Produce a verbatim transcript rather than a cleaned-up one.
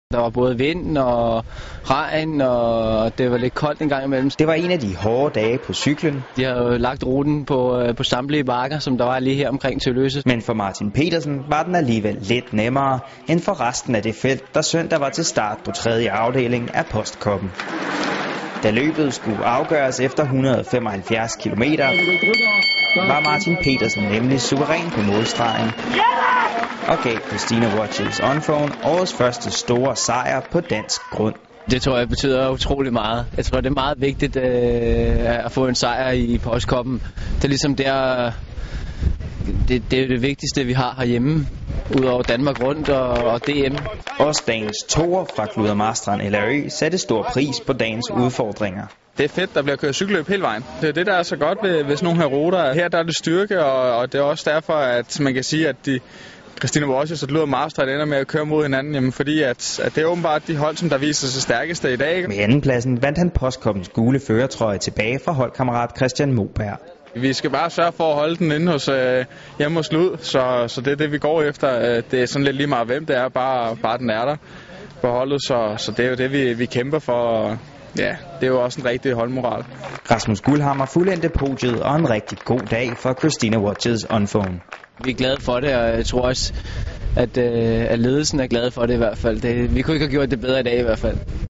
Der var både vind og regn, og det var lidt koldt en gang imellem. Det var en af de hårde dage på cyklen. De har jo lagt ruten på, på samtlige bakker, som der var lige her omkring Tølløse. Men for Martin Petersen var den alligevel lidt nemmere end for resten af det felt, der søndag var til start på tredje afdeling af Postkoppen. Da løbet skulle afgøres efter et hundrede og femoghalvfjerds kilometer, var Martin Petersen nemlig suveræn på målstregen og gav Christina Watches On Phone årets første store sejr på dansk grund. Det tror jeg betyder utrolig meget. Jeg tror, det er meget vigtigt øh, at få en sejr i Postkoppen. Det er ligesom der, det, det er det vigtigste, vi har herhjemme, udover Danmark rundt og, og D M. Også dagens toer fra Kluder Marstrand L R Ø satte stor pris på dagens udfordringer. Det er fedt, der bliver kørt cykelløb hele vejen. Det er det, der er så godt ved, ved sådan nogle her ruter. Her der er det styrke, og, og det er også derfor, at man kan sige, at de Christina Watches og Kluder Marstrand ender med at køre mod hinanden, jamen fordi at, at det er åbenbart de hold, som der viser sig stærkeste i dag. Med andenpladsen vandt han Postkoppens gule førertrøje tilbage fra holdkammerat Christian Moberg. Vi skal bare sørge for at holde den inde hos, øh, hjemme hos Lud, så, så det er det, vi går efter. Det er sådan lidt lige meget, hvem det er, bare, bare den er der på holdet, så, så det er jo det, vi, vi kæmper for. Ja, det er jo også en rigtig holdmoral. Rasmus Guldhammer fuldendte podiet og en rigtig god dag for Christina Watches On Phone. Vi er glade for det, og jeg tror også, at, øh, at ledelsen er glade for det i hvert fald. Det, vi kunne ikke have gjort det bedre i dag i hvert fald.